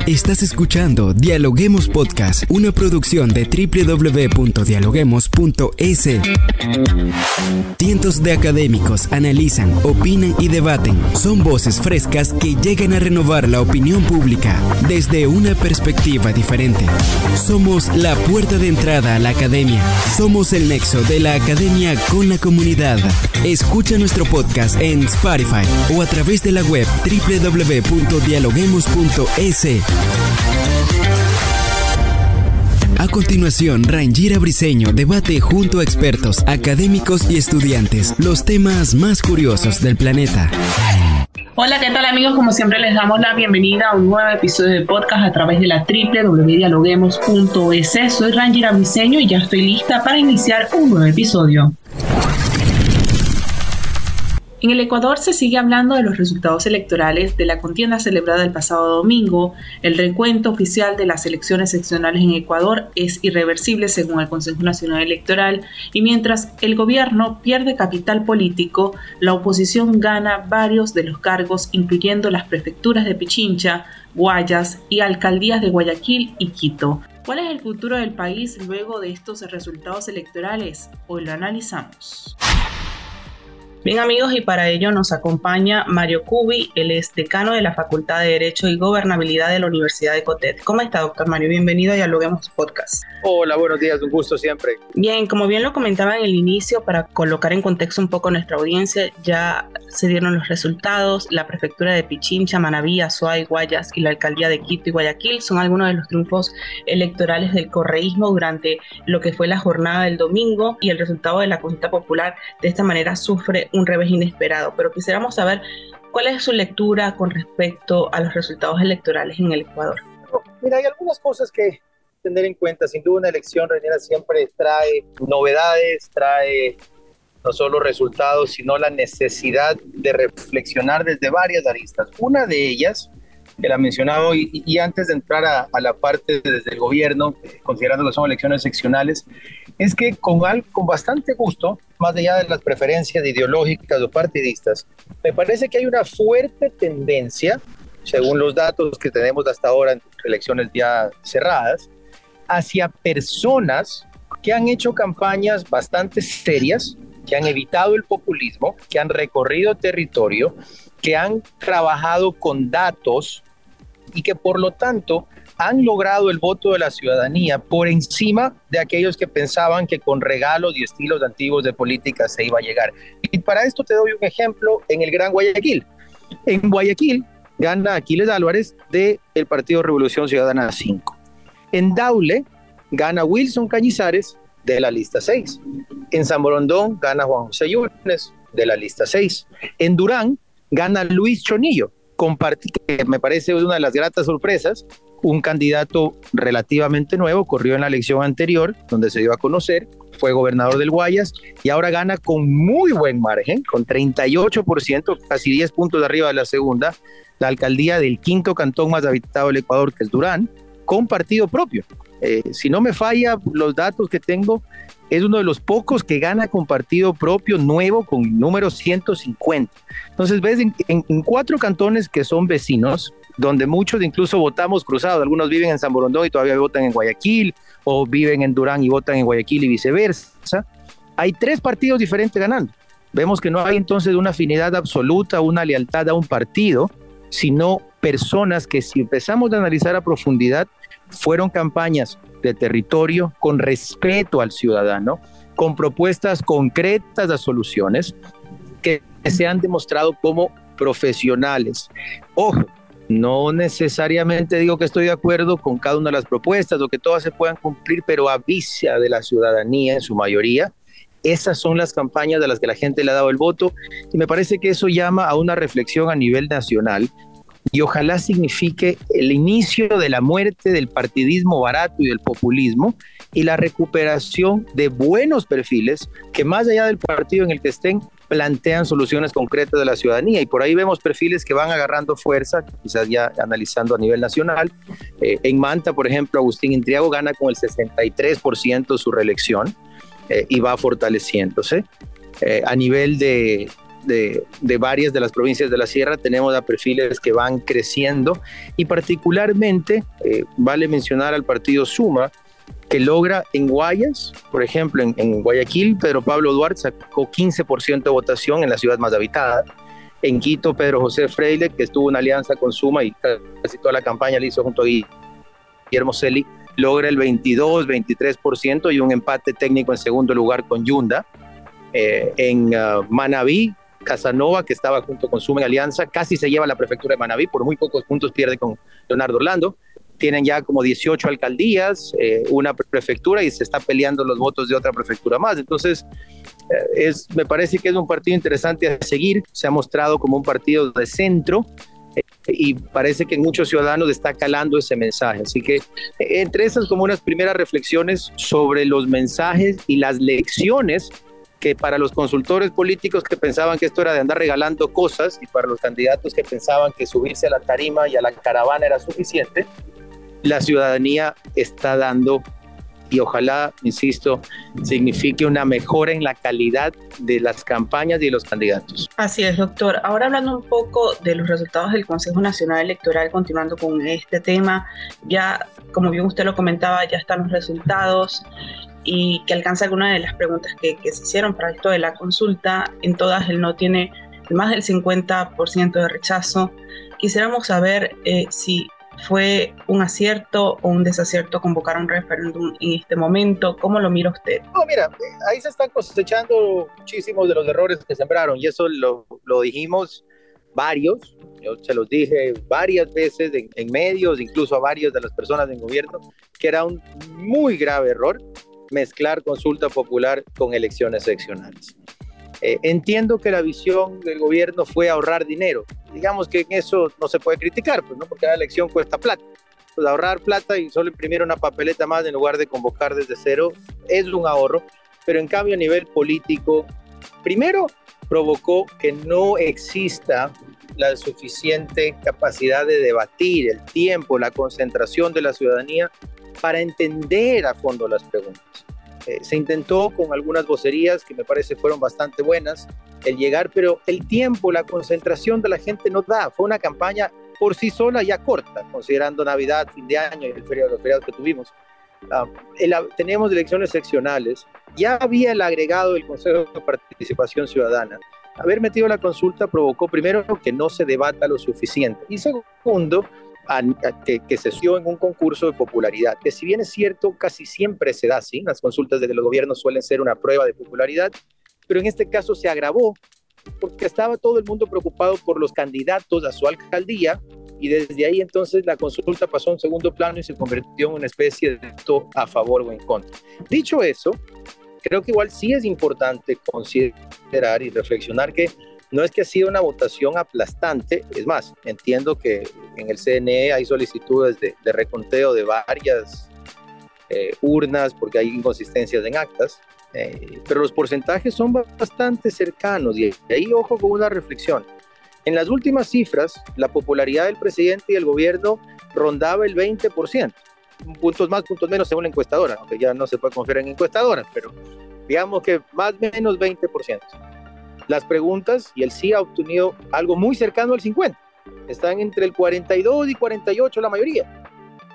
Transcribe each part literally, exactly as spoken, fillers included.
Estás escuchando Dialoguemos Podcast, una producción de doble u doble u doble u punto dialoguemos punto es. Cientos de académicos analizan, opinan y debaten. Son voces frescas que llegan a renovar la opinión pública desde una perspectiva diferente. Somos la puerta de entrada a la academia. Somos el nexo de la academia con la comunidad. Escucha nuestro podcast en Spotify o a través de la web doble u doble u doble u punto dialoguemos punto es. A continuación, Rangira Briceño debate junto a expertos, académicos y estudiantes los temas más curiosos del planeta. Hola, ¿qué tal amigos? Como siempre les damos la bienvenida a un nuevo episodio de podcast a través de la doble u doble u doble u punto dialoguemos punto es. Soy Rangira Briceño y ya estoy lista para iniciar un nuevo episodio. En el Ecuador se sigue hablando de los resultados electorales de la contienda celebrada el pasado domingo. El recuento oficial de las elecciones seccionales en Ecuador es irreversible según el Consejo Nacional Electoral, y mientras el gobierno pierde capital político, la oposición gana varios de los cargos, incluyendo las prefecturas de Pichincha, Guayas y alcaldías de Guayaquil y Quito. ¿Cuál es el futuro del país luego de estos resultados electorales? Hoy lo analizamos. Bien amigos, y para ello nos acompaña Mario Cubi, él es decano de la Facultad de Derecho y Gobernabilidad de la Universidad de Cotet. ¿Cómo está, doctor Mario? Bienvenido a Dialoguemos Podcast. Hola, buenos días, un gusto siempre. Bien, como bien lo comentaba en el inicio, para colocar en contexto un poco nuestra audiencia, ya se dieron los resultados. La prefectura de Pichincha, Manabí, Azuay, Guayas y la alcaldía de Quito y Guayaquil son algunos de los triunfos electorales del correísmo durante lo que fue la jornada del domingo, y el resultado de la consulta popular de esta manera sufre un revés inesperado. Pero quisiéramos saber cuál es su lectura con respecto a los resultados electorales en el Ecuador. Mira, hay algunas cosas que tener en cuenta. Sin duda, una elección, Reñera, siempre trae novedades, trae no solo resultados, sino la necesidad de reflexionar desde varias aristas. Una de ellas, que la mencionaba hoy, y, y antes de entrar a, a la parte desde el gobierno, considerando que son elecciones seccionales, es que con, al, con bastante gusto, más allá de las preferencias ideológicas o partidistas, me parece que hay una fuerte tendencia, según los datos que tenemos hasta ahora en elecciones ya cerradas, hacia personas que han hecho campañas bastante serias, que han evitado el populismo, que han recorrido territorio, que han trabajado con datos y que por lo tanto han logrado el voto de la ciudadanía por encima de aquellos que pensaban que con regalos y estilos antiguos de política se iba a llegar. Y para esto te doy un ejemplo en el Gran Guayaquil. En Guayaquil gana Aquiles Álvarez del Partido Revolución Ciudadana cinco. En Daule gana Wilson Cañizares de la lista seis. En San Borondón gana Juan José Yunes de la lista seis. En Durán gana Luis Chonillo, que me parece una de las gratas sorpresas, un candidato relativamente nuevo, corrió en la elección anterior, donde se dio a conocer, fue gobernador del Guayas, y ahora gana con muy buen margen, con treinta y ocho por ciento, casi diez puntos de arriba de la segunda, la alcaldía del quinto cantón más habitado del Ecuador, que es Durán, con partido propio. Eh, si no me falla los datos que tengo, es uno de los pocos que gana con partido propio nuevo, con número ciento cincuenta. Entonces ves en, en, en cuatro cantones que son vecinos, donde muchos incluso votamos cruzados, algunos viven en San Borondón y todavía votan en Guayaquil, o viven en Durán y votan en Guayaquil y viceversa, hay tres partidos diferentes ganando. Vemos que no hay entonces una afinidad absoluta, una lealtad a un partido, sino personas que, si empezamos a analizar a profundidad, fueron campañas de territorio con respeto al ciudadano, con propuestas concretas de soluciones que se han demostrado como profesionales. Ojo, no necesariamente digo que estoy de acuerdo con cada una de las propuestas o que todas se puedan cumplir, pero a vista de la ciudadanía en su mayoría, esas son las campañas de las que la gente le ha dado el voto, y me parece que eso llama a una reflexión a nivel nacional, y ojalá signifique el inicio de la muerte del partidismo barato y del populismo, y la recuperación de buenos perfiles que, más allá del partido en el que estén, plantean soluciones concretas de la ciudadanía. Y por ahí vemos perfiles que van agarrando fuerza, quizás ya analizando a nivel nacional. Eh, en Manta, por ejemplo, Agustín Intriago gana con el sesenta y tres por ciento su reelección, eh, y va fortaleciéndose. Eh, a nivel de de, de varias de las provincias de la Sierra tenemos a perfiles que van creciendo y particularmente eh, vale mencionar al partido Suma, que logra en Guayas, por ejemplo, en, en Guayaquil, Pedro Pablo Duarte sacó quince por ciento de votación en la ciudad más habitada. En Quito, Pedro José Freile, que estuvo en alianza con Suma y casi toda la campaña la hizo junto a Guillermo Celi, logra el veintidós, veintitrés por ciento y un empate técnico en segundo lugar con Yunda. Eh, en uh, Manabí, Casanova, que estaba junto con Suma en alianza, casi se lleva la prefectura de Manabí, por muy pocos puntos pierde con Leonardo Orlando. Tienen ya como dieciocho alcaldías, eh, una prefectura y se está peleando los votos de otra prefectura más. Entonces, eh, es, me parece que es un partido interesante a seguir. Se ha mostrado como un partido de centro eh, y parece que en muchos ciudadanos está calando ese mensaje. Así que, eh, entre esas como unas primeras reflexiones sobre los mensajes y las lecciones que para los consultores políticos que pensaban que esto era de andar regalando cosas y para los candidatos que pensaban que subirse a la tarima y a la caravana era suficiente, la ciudadanía está dando y ojalá, insisto, signifique una mejora en la calidad de las campañas y de los candidatos. Así es, doctor. Ahora hablando un poco de los resultados del Consejo Nacional Electoral, continuando con este tema, ya, como bien usted lo comentaba, ya están los resultados y que alcanza algunas de las preguntas que, que se hicieron para esto de la consulta. En todas el no tiene más del cincuenta por ciento de rechazo. Quisiéramos saber eh, si fue un acierto o un desacierto convocar un referéndum en este momento. ¿Cómo lo mira usted? No, mira, ahí se están cosechando muchísimos de los errores que sembraron y eso lo, lo dijimos varios, yo se los dije varias veces en, en medios, incluso a varias de las personas en gobierno, que era un muy grave error mezclar consulta popular con elecciones seccionales. Eh, entiendo que la visión del gobierno fue ahorrar dinero. Digamos que en eso no se puede criticar, pues, ¿no? Porque la elección cuesta plata. Pues ahorrar plata y solo imprimir una papeleta más en lugar de convocar desde cero es un ahorro, pero en cambio a nivel político, primero provocó que no exista la suficiente capacidad de debatir, el tiempo, la concentración de la ciudadanía para entender a fondo las preguntas. Eh, se intentó con algunas vocerías que me parece fueron bastante buenas el llegar, pero el tiempo, la concentración de la gente no da. Fue una campaña por sí sola ya corta, considerando Navidad, fin de año y el feriado, los feriados que tuvimos. Uh, el, tenemos elecciones seccionales, ya había el agregado del Consejo de Participación Ciudadana. Haber metido la consulta provocó primero que no se debata lo suficiente y segundo, A, a, que, que se dio en un concurso de popularidad, que si bien es cierto, casi siempre se da así, las consultas de los gobiernos suelen ser una prueba de popularidad, pero en este caso se agravó porque estaba todo el mundo preocupado por los candidatos a su alcaldía y desde ahí entonces la consulta pasó a un segundo plano y se convirtió en una especie de voto a favor o en contra. Dicho eso, creo que igual sí es importante considerar y reflexionar que no es que ha sido una votación aplastante, es más, entiendo que en el C N E hay solicitudes de, de reconteo de varias eh, urnas porque hay inconsistencias en actas, eh, pero los porcentajes son bastante cercanos y ahí ojo con una reflexión. En las últimas cifras, la popularidad del presidente y el gobierno rondaba el veinte por ciento, puntos más, puntos menos según la encuestadora, aunque ya no se puede confiar en encuestadoras, pero digamos que más o menos veinte por ciento. Las preguntas y el sí ha obtenido algo muy cercano al cincuenta. Están entre el cuarenta y dos y cuarenta y ocho la mayoría.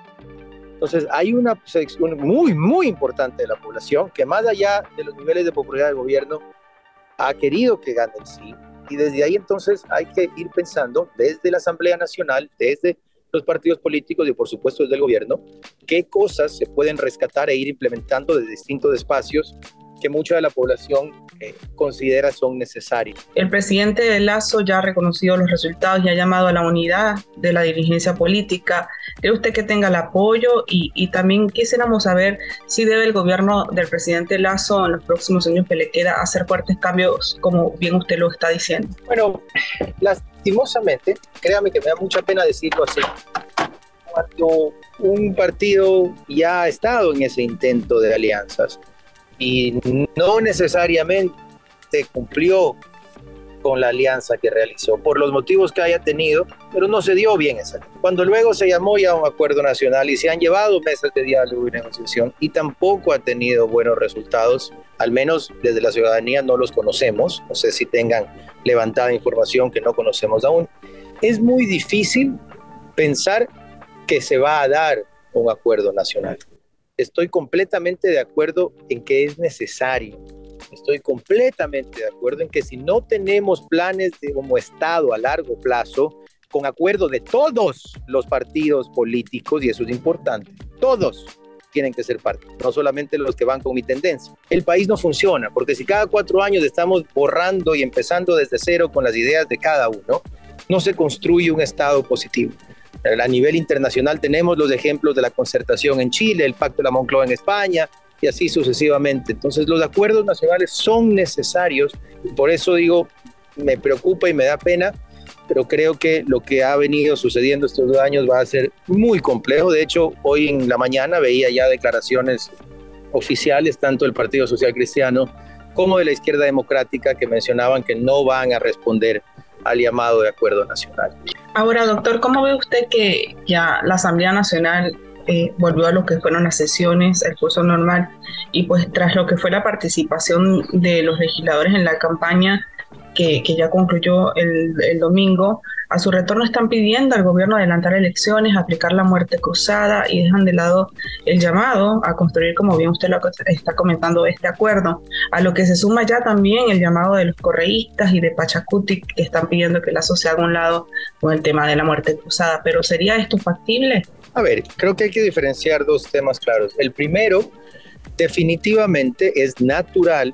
Entonces hay una sección muy, muy importante de la población que más allá de los niveles de popularidad del gobierno ha querido que gane el sí. Y desde ahí entonces hay que ir pensando desde la Asamblea Nacional, desde los partidos políticos y por supuesto desde el gobierno, qué cosas se pueden rescatar e ir implementando de distintos espacios que mucha de la población eh, considera son necesarios. El presidente Lasso ya ha reconocido los resultados y ha llamado a la unidad de la dirigencia política. ¿Cree usted que tenga el apoyo? Y, y también quisiéramos saber si debe el gobierno del presidente Lasso en los próximos años que le queda hacer fuertes cambios, como bien usted lo está diciendo. Bueno, lastimosamente, créame que me da mucha pena decirlo así, cuando un partido ya ha estado en ese intento de alianzas, y no necesariamente cumplió con la alianza que realizó, por los motivos que haya tenido, pero no se dio bien esa. Cuando luego se llamó ya a un acuerdo nacional y se han llevado mesas de diálogo y negociación y tampoco ha tenido buenos resultados, al menos desde la ciudadanía no los conocemos, no sé si tengan levantada información que no conocemos aún. Es muy difícil pensar que se va a dar un acuerdo nacional. Estoy completamente de acuerdo en que es necesario. Estoy completamente de acuerdo en que si no tenemos planes de, como Estado a largo plazo, con acuerdo de todos los partidos políticos, y eso es importante, todos tienen que ser parte, no solamente los que van con mi tendencia. El país no funciona, porque si cada cuatro años estamos borrando y empezando desde cero con las ideas de cada uno, no se construye un Estado positivo. A nivel internacional tenemos los ejemplos de la concertación en Chile, el Pacto de la Moncloa en España, y así sucesivamente. Entonces los acuerdos nacionales son necesarios, y por eso digo, me preocupa y me da pena, pero creo que lo que ha venido sucediendo estos dos años va a ser muy complejo. De hecho, hoy en la mañana veía ya declaraciones oficiales, tanto del Partido Social Cristiano como de la Izquierda Democrática, que mencionaban que no van a responder al llamado de acuerdo nacional. Ahora, doctor, ¿cómo ve usted que ya la Asamblea Nacional eh, volvió a lo que fueron las sesiones, el curso normal, y pues tras lo que fue la participación de los legisladores en la campaña, Que, que ya concluyó el, el domingo, a su retorno están pidiendo al gobierno adelantar elecciones, aplicar la muerte cruzada y dejan de lado el llamado a construir, como bien usted lo está comentando, este acuerdo, a lo que se suma ya también el llamado de los correístas y de Pachacuti, que están pidiendo que la sociedad haga un lado con el tema de la muerte cruzada. ¿Pero sería esto factible? A ver, creo que hay que diferenciar dos temas claros. El primero, definitivamente es natural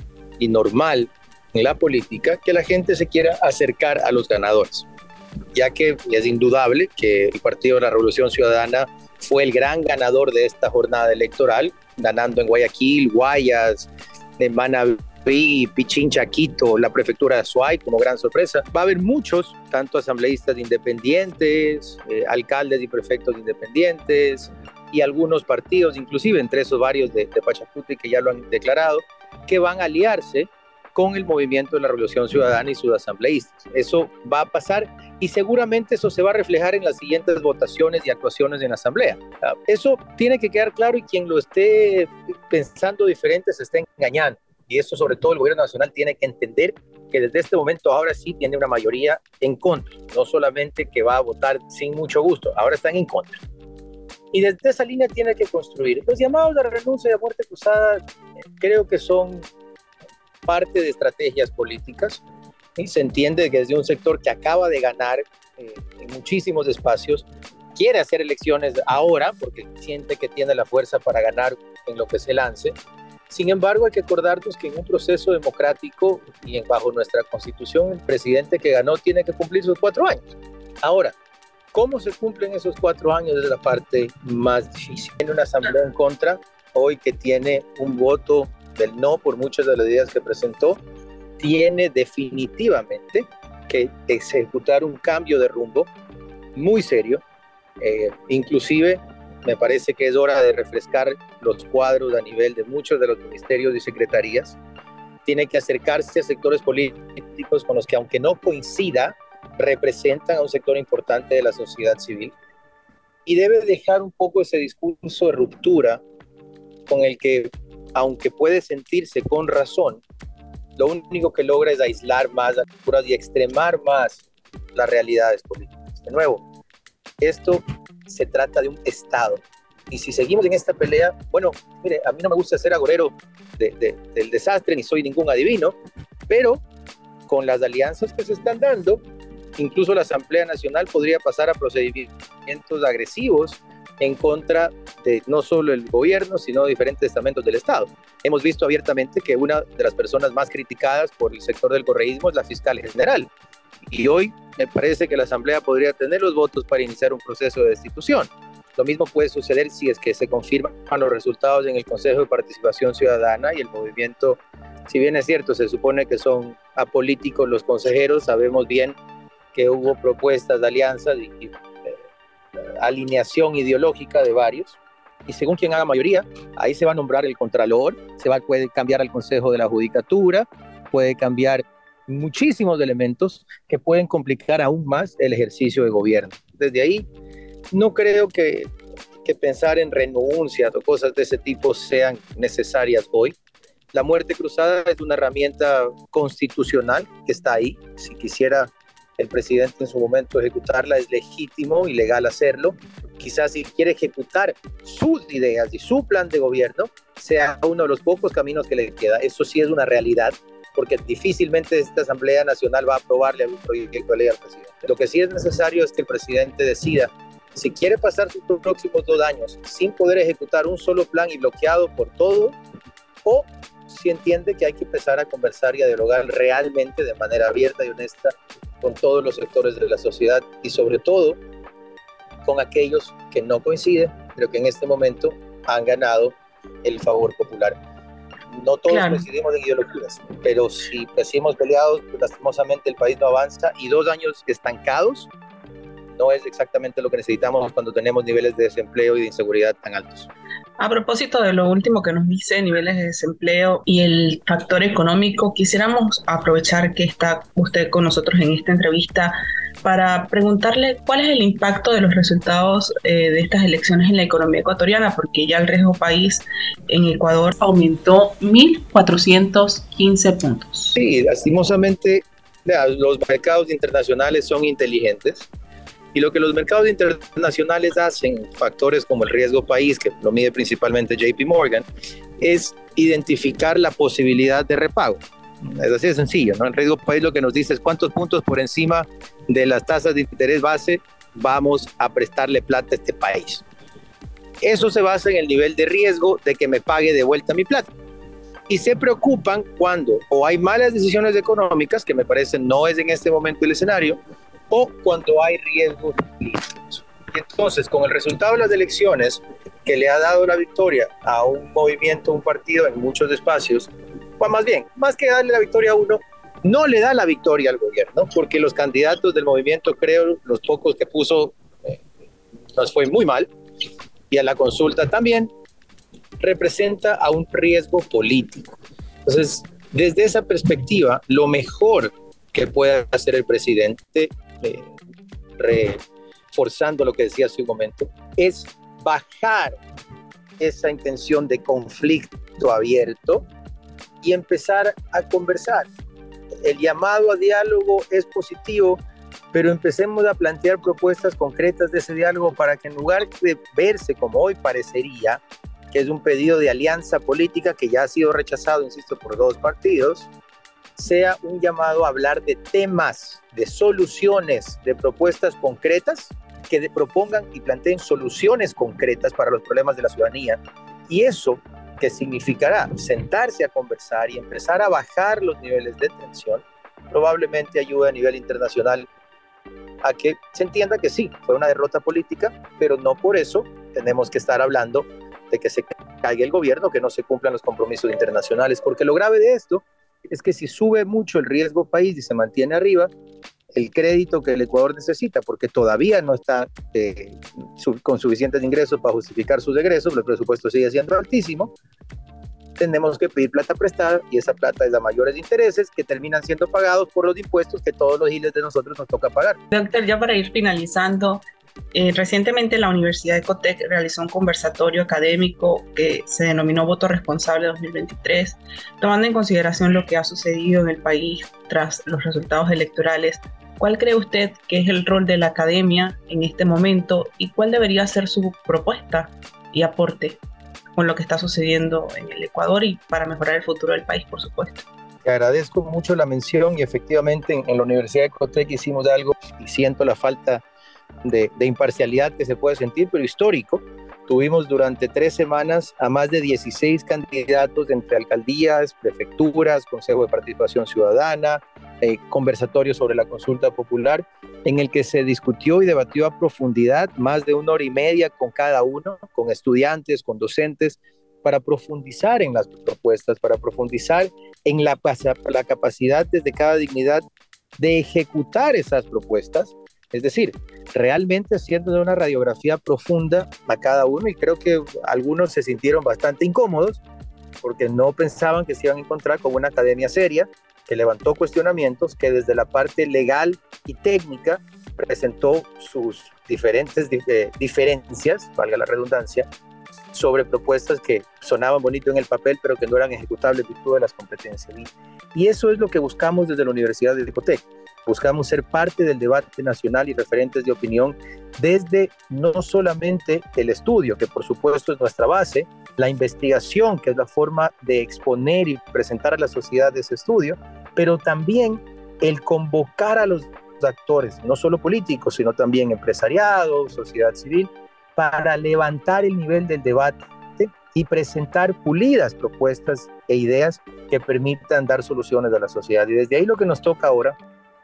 y normal en la política que la gente se quiera acercar a los ganadores, ya que es indudable que el Partido de la Revolución Ciudadana fue el gran ganador de esta jornada electoral, ganando en Guayaquil, Guayas, en Manabí, Pichincha, Quito, la prefectura de Azuay como gran sorpresa. Va a haber muchos, tanto asambleístas independientes, eh, alcaldes y prefectos independientes, y algunos partidos, inclusive entre esos varios de, de Pachacuti que ya lo han declarado, que van a aliarse con el movimiento de la Revolución Ciudadana y sus asambleístas. Eso va a pasar y seguramente eso se va a reflejar en las siguientes votaciones y actuaciones en la Asamblea. Eso tiene que quedar claro, y quien lo esté pensando diferente se está engañando. Y eso sobre todo el gobierno nacional tiene que entender que desde este momento ahora sí tiene una mayoría en contra, no solamente que va a votar sin mucho gusto, ahora están en contra. Y desde esa línea tiene que construir. Los llamados de renuncia y de muerte cruzada creo que son parte de estrategias políticas, y se entiende que desde un sector que acaba de ganar eh, en muchísimos espacios, quiere hacer elecciones ahora porque siente que tiene la fuerza para ganar en lo que se lance. Sin embargo, hay que acordarnos que en un proceso democrático y bajo nuestra Constitución, el presidente que ganó tiene que cumplir sus cuatro años. Ahora, ¿cómo se cumplen esos cuatro años? Es la parte más difícil. Tiene una asamblea en contra hoy que tiene un voto del no por muchas de las ideas que presentó, tiene definitivamente que ejecutar un cambio de rumbo muy serio. Eh, inclusive me parece que es hora de refrescar los cuadros a nivel de muchos de los ministerios y secretarías. Tiene que acercarse a sectores políticos con los que, aunque no coincida, representan a un sector importante de la sociedad civil, y debe dejar un poco ese discurso de ruptura con el que, aunque puede sentirse con razón, lo único que logra es aislar más las culturas y extremar más las realidades políticas. De nuevo, esto se trata de un Estado. Y si seguimos en esta pelea, bueno, mire, a mí no me gusta ser agorero de, de, del desastre, ni soy ningún adivino, pero con las alianzas que se están dando, incluso la Asamblea Nacional podría pasar a procedimientos agresivos en contra de no solo el gobierno, sino de diferentes estamentos del Estado. Hemos visto abiertamente que una de las personas más criticadas por el sector del correísmo es la fiscal general. Y hoy me parece que la Asamblea podría tener los votos para iniciar un proceso de destitución. Lo mismo puede suceder si es que se confirman los resultados en el Consejo de Participación Ciudadana y el movimiento. Si bien es cierto, se supone que son apolíticos los consejeros, sabemos bien que hubo propuestas de alianzas y, y alineación ideológica de varios, y según quien haga mayoría, ahí se va a nombrar el contralor, se va, puede cambiar al Consejo de la Judicatura, puede cambiar muchísimos elementos que pueden complicar aún más el ejercicio de gobierno. Desde ahí, no creo que, que pensar en renuncias o cosas de ese tipo sean necesarias hoy. La muerte cruzada es una herramienta constitucional que está ahí. Si quisiera el presidente en su momento ejecutarla, es legítimo y legal hacerlo. Quizás si quiere ejecutar sus ideas y su plan de gobierno, sea uno de los pocos caminos que le queda. Eso sí es una realidad, porque difícilmente esta Asamblea Nacional va a aprobarle algún proyecto de ley al presidente. Lo que sí es necesario es que el presidente decida si quiere pasar sus próximos dos años sin poder ejecutar un solo plan y bloqueado por todo, o si entiende que hay que empezar a conversar y a dialogar realmente de manera abierta y honesta con todos los sectores de la sociedad y sobre todo con aquellos que no coinciden, pero que en este momento han ganado el favor popular. No todos claro. coincidimos en ideologías, pero si decimos peleados, pues lastimosamente el país no avanza y dos años estancados no es exactamente lo que necesitamos cuando tenemos niveles de desempleo y de inseguridad tan altos. A propósito de lo último que nos dice, niveles de desempleo y el factor económico, quisiéramos aprovechar que está usted con nosotros en esta entrevista para preguntarle cuál es el impacto de los resultados eh, de estas elecciones en la economía ecuatoriana, porque ya el riesgo país en Ecuador aumentó mil cuatrocientos quince puntos. Sí, lastimosamente los mercados internacionales son inteligentes. Y lo que los mercados internacionales hacen, factores como el riesgo país, que lo mide principalmente J P Morgan, es identificar la posibilidad de repago. Es así de sencillo, ¿no? El riesgo país lo que nos dice es cuántos puntos por encima de las tasas de interés base vamos a prestarle plata a este país. Eso se basa en el nivel de riesgo de que me pague de vuelta mi plata. Y se preocupan cuando o hay malas decisiones económicas, que me parece no es en este momento el escenario, o cuando hay riesgos políticos. Y entonces, con el resultado de las elecciones, que le ha dado la victoria a un movimiento, un partido en muchos espacios, pues más bien, más que darle la victoria a uno, no le da la victoria al gobierno, porque los candidatos del movimiento, creo, los pocos que puso, eh, nos fue muy mal, y a la consulta también, representa a un riesgo político. Entonces, desde esa perspectiva, lo mejor que puede hacer el presidente, Eh, reforzando lo que decía hace un momento, es bajar esa intención de conflicto abierto y empezar a conversar. El llamado a diálogo es positivo, pero empecemos a plantear propuestas concretas de ese diálogo para que en lugar de verse como hoy parecería, que es un pedido de alianza política que ya ha sido rechazado, insisto, por dos partidos, sea un llamado a hablar de temas, de soluciones, de propuestas concretas que de, propongan y planteen soluciones concretas para los problemas de la ciudadanía. Y eso que significará sentarse a conversar y empezar a bajar los niveles de tensión, probablemente ayude a nivel internacional a que se entienda que sí, fue una derrota política, pero no por eso tenemos que estar hablando de que se caiga el gobierno, que no se cumplan los compromisos internacionales, porque lo grave de esto es que si sube mucho el riesgo país y se mantiene arriba, el crédito que el Ecuador necesita, porque todavía no está eh, su, con suficientes ingresos para justificar sus egresos, el presupuesto sigue siendo altísimo, tenemos que pedir plata prestada y esa plata es a mayores intereses que terminan siendo pagados por los impuestos que todos los giles de nosotros nos toca pagar. Doctor, ya para ir finalizando, Eh, recientemente la Universidad de Ecotec realizó un conversatorio académico que se denominó Voto Responsable dos mil veintitrés, tomando en consideración lo que ha sucedido en el país tras los resultados electorales. ¿Cuál cree usted que es el rol de la academia en este momento y cuál debería ser su propuesta y aporte con lo que está sucediendo en el Ecuador y para mejorar el futuro del país, por supuesto? Te agradezco mucho la mención y efectivamente en, en la Universidad de Ecotec hicimos algo y siento la falta De, de imparcialidad que se puede sentir, pero histórico. Tuvimos durante tres semanas a más de dieciséis candidatos entre alcaldías, prefecturas, Consejo de Participación Ciudadana, eh, conversatorios sobre la consulta popular, en el que se discutió y debatió a profundidad más de una hora y media con cada uno, con estudiantes, con docentes, para profundizar en las propuestas, para profundizar en la, la capacidad desde cada dignidad de ejecutar esas propuestas. Es decir, realmente haciendo una radiografía profunda a cada uno, y creo que algunos se sintieron bastante incómodos porque no pensaban que se iban a encontrar con una academia seria que levantó cuestionamientos, que desde la parte legal y técnica presentó sus diferentes eh, diferencias, valga la redundancia, sobre propuestas que sonaban bonito en el papel, pero que no eran ejecutables en virtud de las competencias. Y, y eso es lo que buscamos desde la Universidad de Ecotec. Buscamos ser parte del debate nacional y referentes de opinión desde no solamente el estudio, que por supuesto es nuestra base, la investigación, que es la forma de exponer y presentar a la sociedad ese estudio, pero también el convocar a los actores, no solo políticos, sino también empresariado, sociedad civil, para levantar el nivel del debate y presentar pulidas propuestas e ideas que permitan dar soluciones a la sociedad. Y desde ahí lo que nos toca ahora,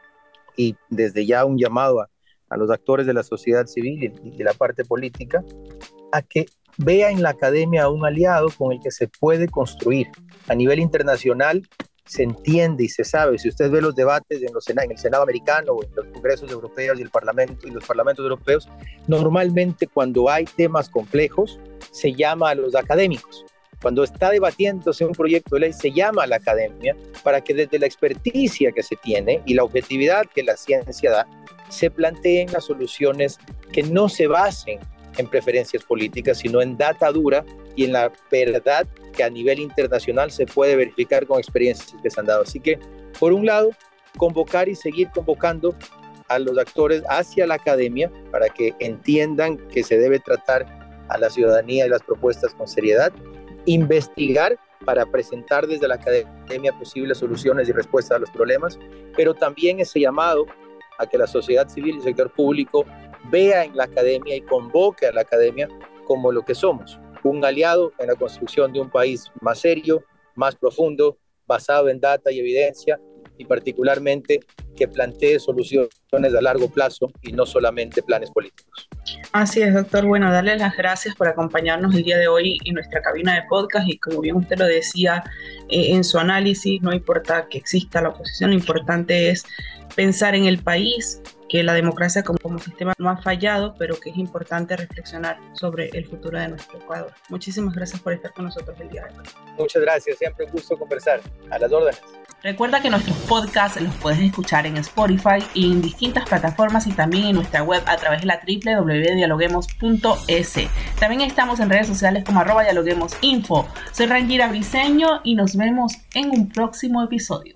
y desde ya un llamado a, a los actores de la sociedad civil y, y la parte política, a que vea en la academia a un aliado con el que se puede construir. A nivel internacional se entiende y se sabe, si usted ve los debates en, los, en el Senado americano o en los congresos europeos y el Parlamento y los parlamentos europeos, normalmente cuando hay temas complejos se llama a los académicos. Cuando está debatiéndose un proyecto de ley, se llama a la academia para que desde la experticia que se tiene y la objetividad que la ciencia da, se planteen las soluciones que no se basen en preferencias políticas, sino en data dura y en la verdad que a nivel internacional se puede verificar con experiencias que se han dado. Así que, por un lado, convocar y seguir convocando a los actores hacia la academia para que entiendan que se debe tratar a la ciudadanía y las propuestas con seriedad, investigar para presentar desde la academia posibles soluciones y respuestas a los problemas, pero también ese llamado a que la sociedad civil y el sector público vea en la academia y convoque a la academia como lo que somos, un aliado en la construcción de un país más serio, más profundo, basado en data y evidencia, y particularmente que plantee soluciones a largo plazo y no solamente planes políticos. Así es, doctor. Bueno, darle las gracias por acompañarnos el día de hoy en nuestra cabina de podcast, y como bien usted lo decía eh, en su análisis, no importa que exista la oposición, lo importante es pensar en el país, que la democracia como, como sistema no ha fallado, pero que es importante reflexionar sobre el futuro de nuestro Ecuador. Muchísimas gracias por estar con nosotros el día de hoy. Muchas gracias, siempre un gusto conversar. A las órdenes. Recuerda que nuestros podcasts los puedes escuchar en Spotify y en distintas plataformas, y también en nuestra web a través de la doble u doble u doble u punto dialoguemos punto es. También estamos en redes sociales como arroba dialoguemosinfo. Soy Rangira Briceño y nos vemos en un próximo episodio.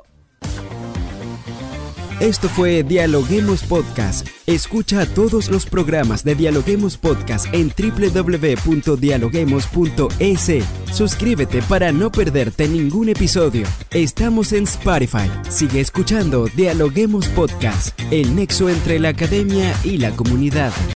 Esto fue Dialoguemos Podcast. Escucha todos los programas de Dialoguemos Podcast en doble u doble u doble u punto dialoguemos punto es. Suscríbete para no perderte ningún episodio. Estamos en Spotify. Sigue escuchando Dialoguemos Podcast, el nexo entre la academia y la comunidad.